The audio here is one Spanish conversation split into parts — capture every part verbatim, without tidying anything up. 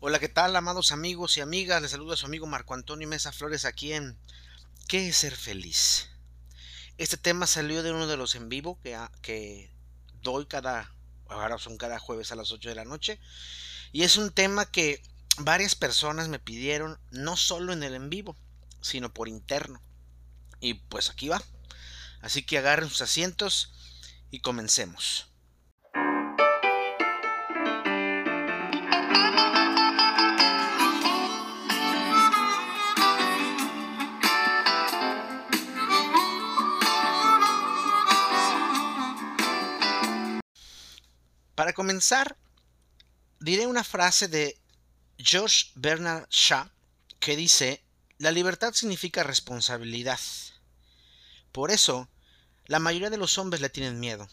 Hola, ¿qué tal, amados amigos y amigas? Les saluda su amigo Marco Antonio Mesa Flores aquí en ¿Qué es ser feliz? Este tema salió de uno de los en vivo que, ha- que doy cada, ahora son cada jueves a las ocho de la noche. Y es un tema que varias personas me pidieron, no solo en el en vivo, sino por interno. Y pues aquí va. Así que agarren sus asientos y comencemos. Para comenzar, diré una frase de George Bernard Shaw que dice, la libertad significa responsabilidad. Por eso, la mayoría de los hombres le tienen miedo.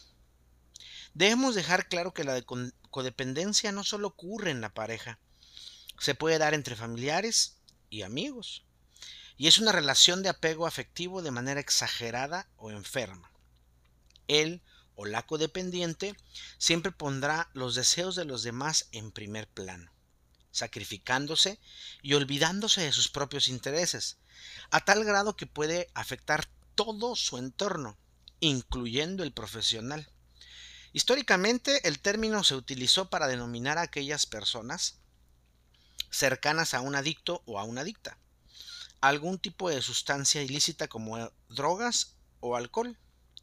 Debemos dejar claro que la codependencia no solo ocurre en la pareja, se puede dar entre familiares y amigos, y es una relación de apego afectivo de manera exagerada o enferma. Él o la codependiente siempre pondrá los deseos de los demás en primer plano, sacrificándose y olvidándose de sus propios intereses, a tal grado que puede afectar todo su entorno, incluyendo el profesional. Históricamente, el término se utilizó para denominar a aquellas personas cercanas a un adicto o a una adicta, algún tipo de sustancia ilícita como drogas o alcohol.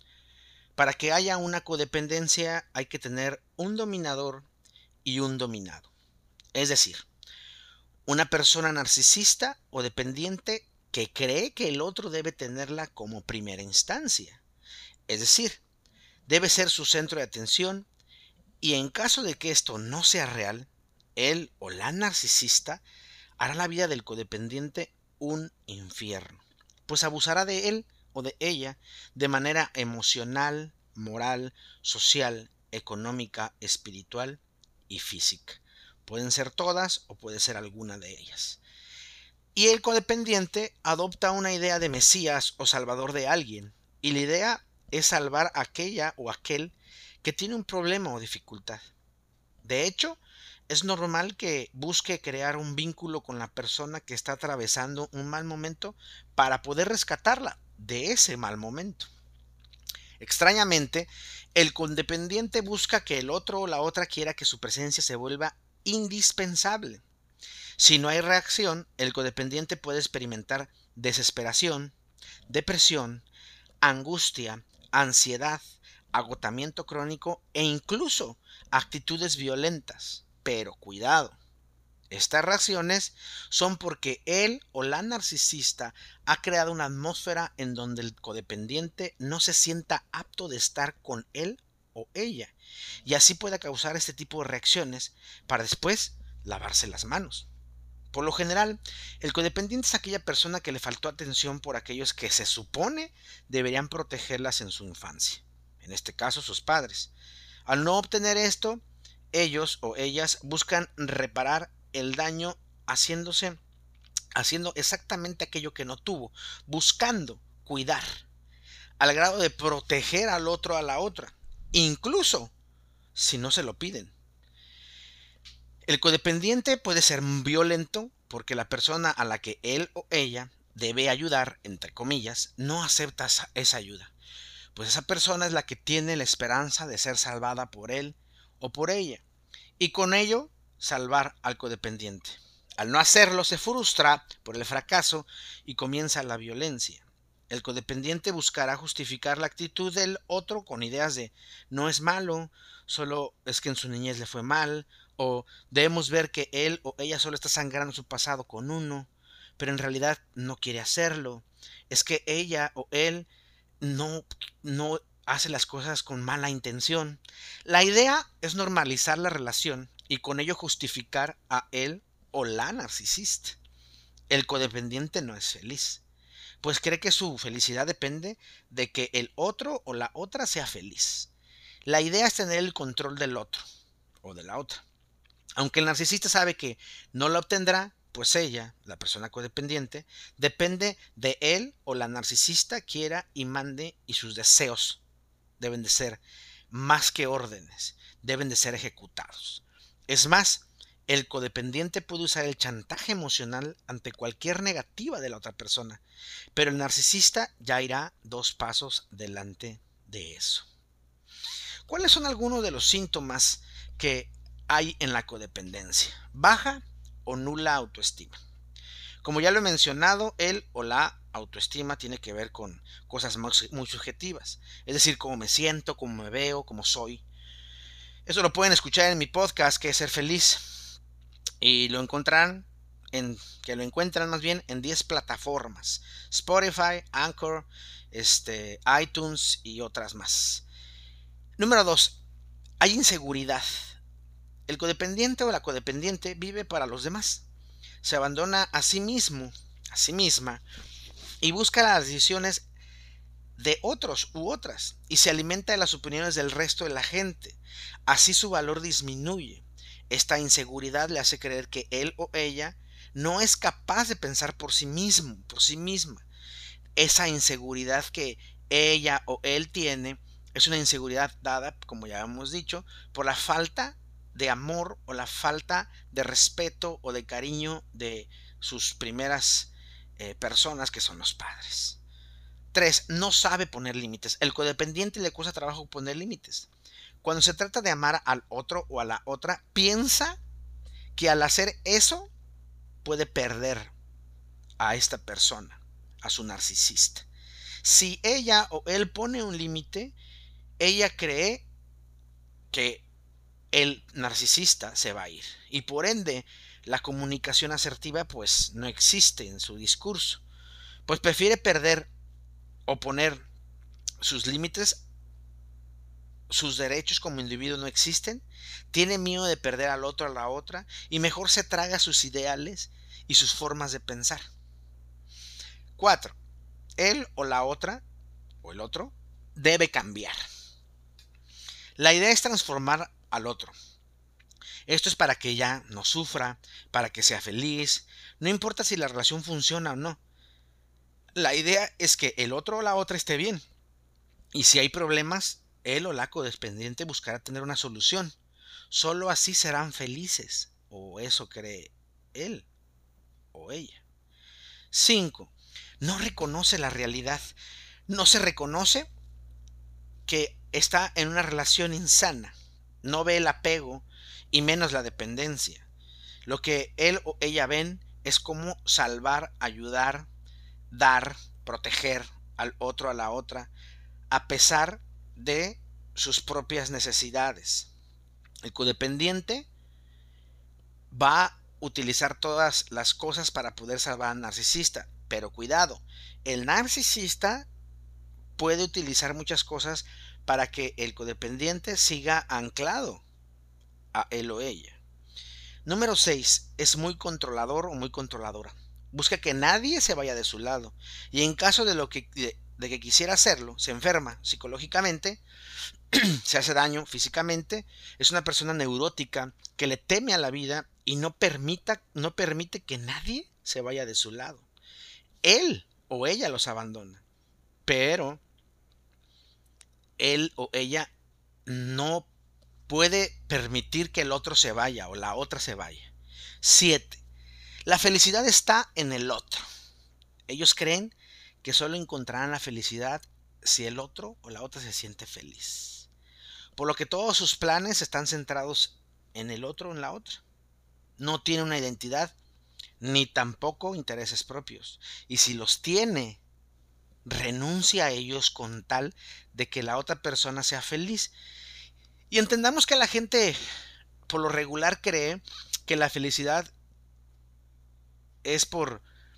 Para que haya una codependencia hay que tener un dominador y un dominado. Es decir, una persona narcisista o dependiente que cree que el otro debe tenerla como primera instancia. Es decir, debe ser su centro de atención y en caso de que esto no sea real, él o la narcisista hará la vida del codependiente un infierno, pues abusará de él o de ella de manera emocional, moral, social, económica, espiritual y física. Pueden ser todas o puede ser alguna de ellas. Y el codependiente adopta una idea de Mesías o salvador de alguien, y la idea es salvar a aquella o aquel que tiene un problema o dificultad. De hecho, es normal que busque crear un vínculo con la persona que está atravesando un mal momento para poder rescatarla de ese mal momento. Extrañamente, el codependiente busca que el otro o la otra quiera que su presencia se vuelva indispensable. Si no hay reacción, el codependiente puede experimentar desesperación, depresión, angustia, ansiedad, agotamiento crónico e incluso actitudes violentas. Pero cuidado, estas reacciones son porque él o la narcisista ha creado una atmósfera en donde el codependiente no se sienta apto de estar con él o ella, y así puede causar este tipo de reacciones para después lavarse las manos. Por lo general, el codependiente es aquella persona que le faltó atención por aquellos que se supone deberían protegerlas en su infancia, en este caso sus padres. Al no obtener esto, ellos o ellas buscan reparar el daño haciéndose, haciendo exactamente aquello que no tuvo, buscando cuidar, al grado de proteger al otro a la otra, incluso si no se lo piden. El codependiente puede ser violento porque la persona a la que él o ella debe ayudar, entre comillas, no acepta esa ayuda, pues esa persona es la que tiene la esperanza de ser salvada por él o por ella, y con ello salvar al codependiente. Al no hacerlo se frustra por el fracaso y comienza la violencia. El codependiente buscará justificar la actitud del otro con ideas de no es malo, solo es que en su niñez le fue mal, o debemos ver que él o ella solo está sangrando su pasado con uno, pero en realidad no quiere hacerlo. Es que ella o él no, no hace las cosas con mala intención. La idea es normalizar la relación y con ello justificar a él o la narcisista. El codependiente no es feliz, pues cree que su felicidad depende de que el otro o la otra sea feliz. La idea es tener el control del otro o de la otra. Aunque el narcisista sabe que no la obtendrá, pues ella, la persona codependiente, depende de él o la narcisista quiera y mande, y sus deseos deben de ser más que órdenes, deben de ser ejecutados. Es más, El codependiente puede usar el chantaje emocional ante cualquier negativa de la otra persona, pero el narcisista ya irá dos pasos delante de eso. ¿Cuáles son algunos de los síntomas que hay en la codependencia? Baja o nula autoestima. Como ya lo he mencionado, el o la autoestima tiene que ver con cosas muy subjetivas, es decir, cómo me siento, cómo me veo, cómo soy. Eso lo pueden escuchar en mi podcast, que es Ser Feliz, y lo encontrarán en, que lo encuentran más bien en diez plataformas: Spotify, Anchor, este, iTunes y otras más. Número dos. Hay inseguridad. El codependiente o la codependiente vive para los demás. Se abandona a sí mismo, a sí misma, y busca las decisiones de otros u otras, y se alimenta de las opiniones del resto de la gente. Así su valor disminuye. Esta inseguridad le hace creer que él o ella no es capaz de pensar por sí mismo, por sí misma. Esa inseguridad que ella o él tiene es una inseguridad dada, como ya hemos dicho, por la falta de amor o la falta de respeto o de cariño de sus primeras eh, personas, que son los padres. Tres. No sabe poner límites. El codependiente le cuesta trabajo poner límites. Cuando se trata de amar al otro o a la otra, piensa que al hacer eso puede perder a esta persona, a su narcisista. Si ella o él pone un límite, ella cree que el narcisista se va a ir, y por ende la comunicación asertiva pues no existe en su discurso, pues prefiere perder o poner sus límites. Sus derechos como individuo no existen, tiene miedo de perder al otro, a la otra, y mejor se traga sus ideales y sus formas de pensar. Cuatro. Él o la otra o el otro debe cambiar. La idea es transformar al otro. Esto es para que ella no sufra, para que sea feliz. No importa si la relación funciona o no. La idea es que el otro o la otra esté bien. Y si hay problemas, él o la codependiente buscará tener una solución. Solo así serán felices, o eso cree él o ella. Cinco. No reconoce la realidad. No se reconoce que está en una relación insana. No ve el apego y menos la dependencia. Lo que él o ella ven es cómo salvar, ayudar, dar, proteger al otro, a la otra, a pesar de sus propias necesidades. El codependiente va a utilizar todas las cosas para poder salvar al narcisista, pero cuidado, el narcisista puede utilizar muchas cosas para que el codependiente siga anclado a él o ella. Número seis. Es muy controlador o muy controladora. Busca que nadie se vaya de su lado, y en caso de, lo que, de, de que quisiera hacerlo, se enferma psicológicamente, se hace daño físicamente. Es una persona neurótica que le teme a la vida y no, permita, no permite que nadie se vaya de su lado. Él o ella los abandona, pero él o ella no puede permitir que el otro se vaya o la otra se vaya. Siete. La felicidad está en el otro. Ellos creen que solo encontrarán la felicidad si el otro o la otra se siente feliz. Por lo que todos sus planes están centrados en el otro o en la otra. No tiene una identidad ni tampoco intereses propios. Y si los tiene, renuncia a ellos con tal de que la otra persona sea feliz. Y entendamos que la gente por lo regular cree que la felicidad es por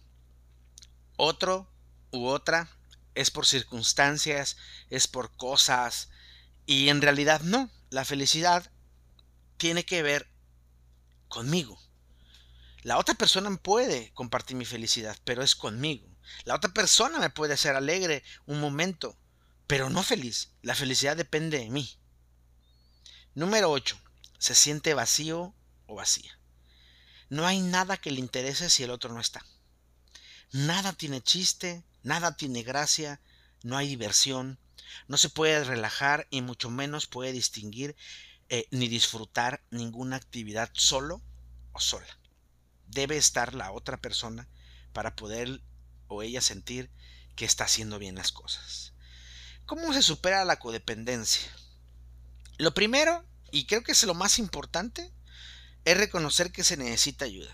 otro u otra, es por circunstancias, es por cosas, y en realidad no. La felicidad tiene que ver conmigo. La otra persona puede compartir mi felicidad, pero es conmigo. La otra persona me puede hacer alegre un momento, pero no feliz. La felicidad depende de mí. Número ocho. Se siente vacío o vacía. No hay nada que le interese si el otro no está. Nada tiene chiste, nada tiene gracia, no hay diversión, no se puede relajar y mucho menos puede distinguir eh, ni disfrutar ninguna actividad solo o sola. Debe estar la otra persona para poder o ella sentir que está haciendo bien las cosas. ¿Cómo se supera la codependencia? Lo primero, y creo que es lo más importante, es reconocer que se necesita ayuda.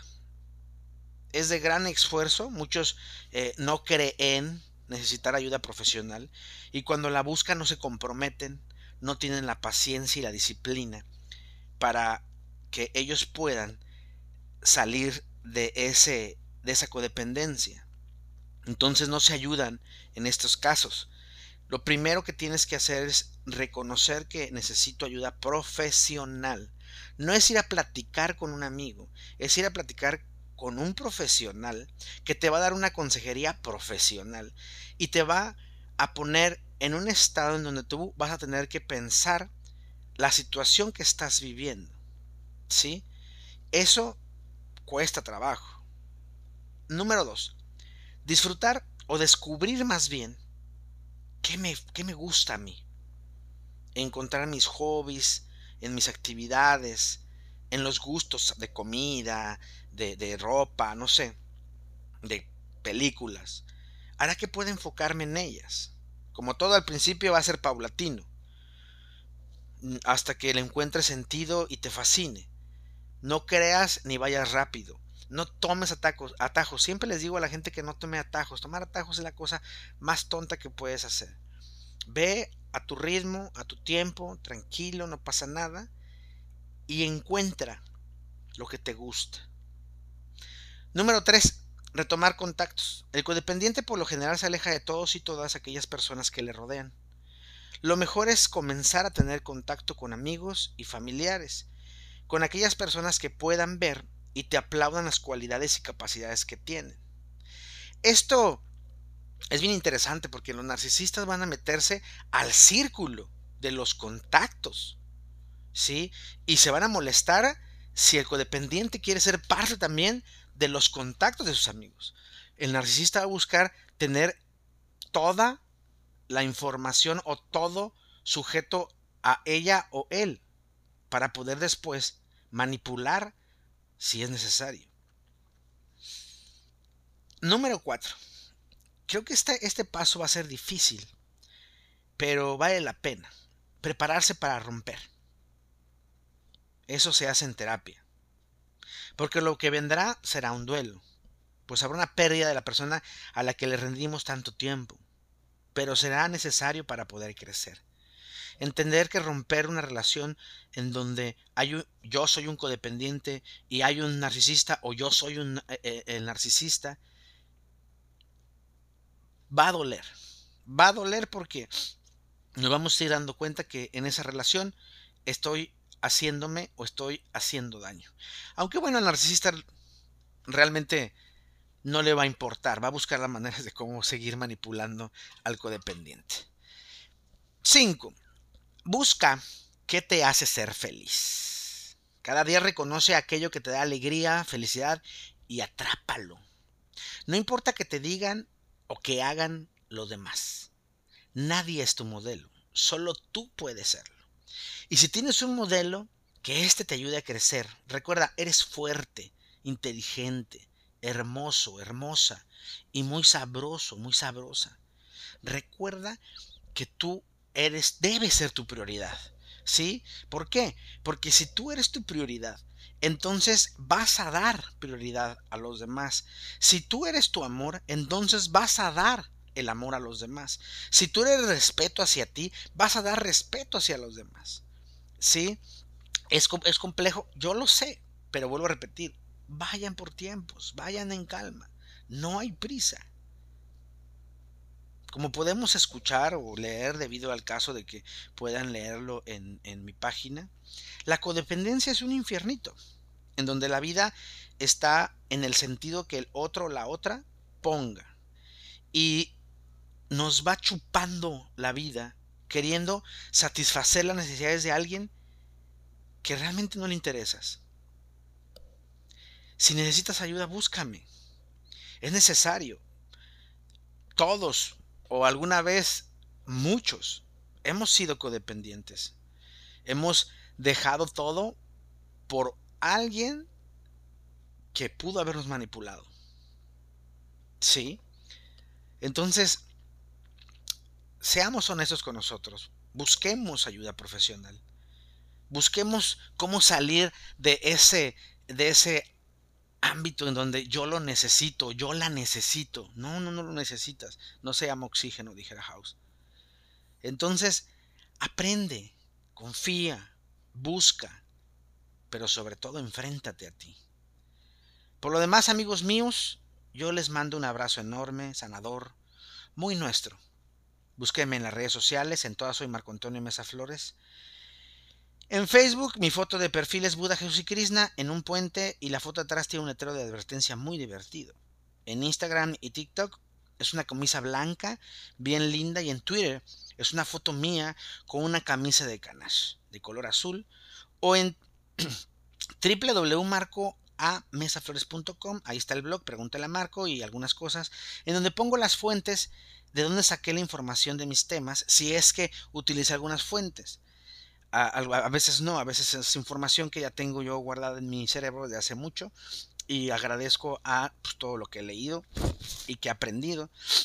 Es de gran esfuerzo, muchos eh, no creen necesitar ayuda profesional y cuando la buscan no se comprometen, no tienen la paciencia y la disciplina para que ellos puedan salir de, ese, de esa codependencia. Entonces no se ayudan en estos casos. Lo primero que tienes que hacer es reconocer que necesito ayuda profesional. No es ir a platicar con un amigo, es ir a platicar con un profesional que te va a dar una consejería profesional y te va a poner en un estado en donde tú vas a tener que pensar la situación que estás viviendo, ¿sí? Eso cuesta trabajo. Número dos, disfrutar o descubrir más bien qué me, qué me gusta a mí. Encontrar mis hobbies, en mis actividades, en los gustos de comida, de, de ropa, no sé, de películas, hará que pueda enfocarme en ellas. Como todo al principio va a ser paulatino, hasta que le encuentres sentido y te fascine. No creas ni vayas rápido. No tomes atajos, atajos. Siempre les digo a la gente que no tome atajos. Tomar atajos es la cosa más tonta que puedes hacer. Ve a tu ritmo, a tu tiempo, tranquilo, no pasa nada. Y encuentra lo que te gusta. Número tres. Retomar contactos. El codependiente por lo general se aleja de todos y todas aquellas personas que le rodean. Lo mejor es comenzar a tener contacto con amigos y familiares, con aquellas personas que puedan ver y te aplaudan las cualidades y capacidades que tienen. Esto es bien interesante porque los narcisistas van a meterse al círculo de los contactos, ¿sí? Y se van a molestar si el codependiente quiere ser parte también de los contactos de sus amigos. El narcisista va a buscar tener toda la información o todo sujeto a ella o él para poder después manipular si es necesario. Número cuatro. Creo que este, este paso va a ser difícil, pero vale la pena. Prepararse para romper. Eso se hace en terapia. Porque lo que vendrá será un duelo. Pues habrá una pérdida de la persona a la que le rendimos tanto tiempo. Pero será necesario para poder crecer. Entender que romper una relación en donde hay un, yo soy un codependiente y hay un narcisista o yo soy un, eh, el narcisista va a doler. Va a doler porque nos vamos a ir dando cuenta que en esa relación estoy haciéndome o estoy haciendo daño. Aunque bueno, al narcisista realmente no le va a importar, va a buscar las maneras de cómo seguir manipulando al codependiente. cinco. Busca qué te hace ser feliz. Cada día reconoce aquello que te da alegría, felicidad y atrápalo. No importa que te digan o que hagan los demás. Nadie es tu modelo, solo tú puedes serlo. Y si tienes un modelo, que éste te ayude a crecer. Recuerda, eres fuerte, inteligente, hermoso, hermosa y muy sabroso, muy sabrosa. Recuerda que tú eres, debes ser tu prioridad, ¿sí? ¿Por qué? Porque si tú eres tu prioridad, entonces vas a dar prioridad a los demás. Si tú eres tu amor, entonces vas a dar el amor a los demás. Si tú eres respeto hacia ti, vas a dar respeto hacia los demás, ¿sí? Es, es complejo, yo lo sé, pero vuelvo a repetir, vayan por tiempos, vayan en calma, no hay prisa. Como podemos escuchar o leer debido al caso de que puedan leerlo en, en mi página, la codependencia es un infiernito, en donde la vida está en el sentido que el otro o la otra ponga. Y nos va chupando la vida queriendo satisfacer las necesidades de alguien que realmente no le interesas. Si necesitas ayuda, búscame. Es necesario. Todos o alguna vez muchos hemos sido codependientes. Hemos dejado todo por alguien que pudo habernos manipulado. ¿Sí? Entonces, seamos honestos con nosotros. Busquemos ayuda profesional. Busquemos cómo salir de ese, de ese ámbito en donde yo lo necesito, yo la necesito. No, no, no lo necesitas. No se llama oxígeno, dijera House. Entonces, aprende, confía, busca, pero sobre todo enfréntate a ti. Por lo demás, amigos míos, yo les mando un abrazo enorme, sanador, muy nuestro. Búsquenme en las redes sociales, en todas soy Marco Antonio Mesa Flores. En Facebook, mi foto de perfil es Buda, Jesús y Krishna en un puente y la foto atrás tiene un letrero de advertencia muy divertido. En Instagram y TikTok es una camisa blanca, bien linda, y en Twitter es una foto mía con una camisa de Ganache de color azul. O en w w w punto marco a mesa flores punto com, ahí está el blog, pregúntale a Marco y algunas cosas, en donde pongo las fuentes de donde saqué la información de mis temas, si es que utilicé algunas fuentes. A, a, veces no, a veces es información que ya tengo yo guardada en mi cerebro desde hace mucho y agradezco a pues, todo lo que he leído y que he aprendido.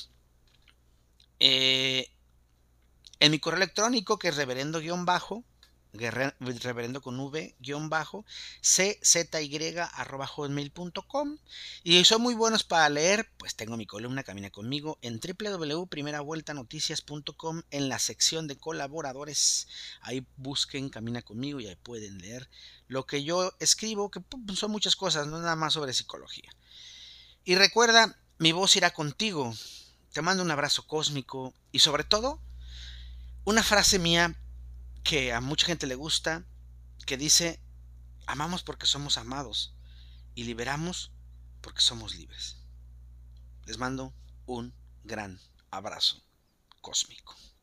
Eh, en mi correo electrónico, que es reverendo guión bajo, reverendo con v guión bajo, czy arroba hotmail punto com, y son muy buenos para leer, pues tengo mi columna Camina Conmigo en w w w punto primera vuelta noticias punto com en la sección de colaboradores. Ahí busquen Camina Conmigo y ahí pueden leer lo que yo escribo, que son muchas cosas, no nada más sobre psicología. Y recuerda, mi voz irá contigo. Te mando un abrazo cósmico y sobre todo una frase mía que a mucha gente le gusta, que dice: amamos porque somos amados y liberamos porque somos libres. Les mando un gran abrazo cósmico.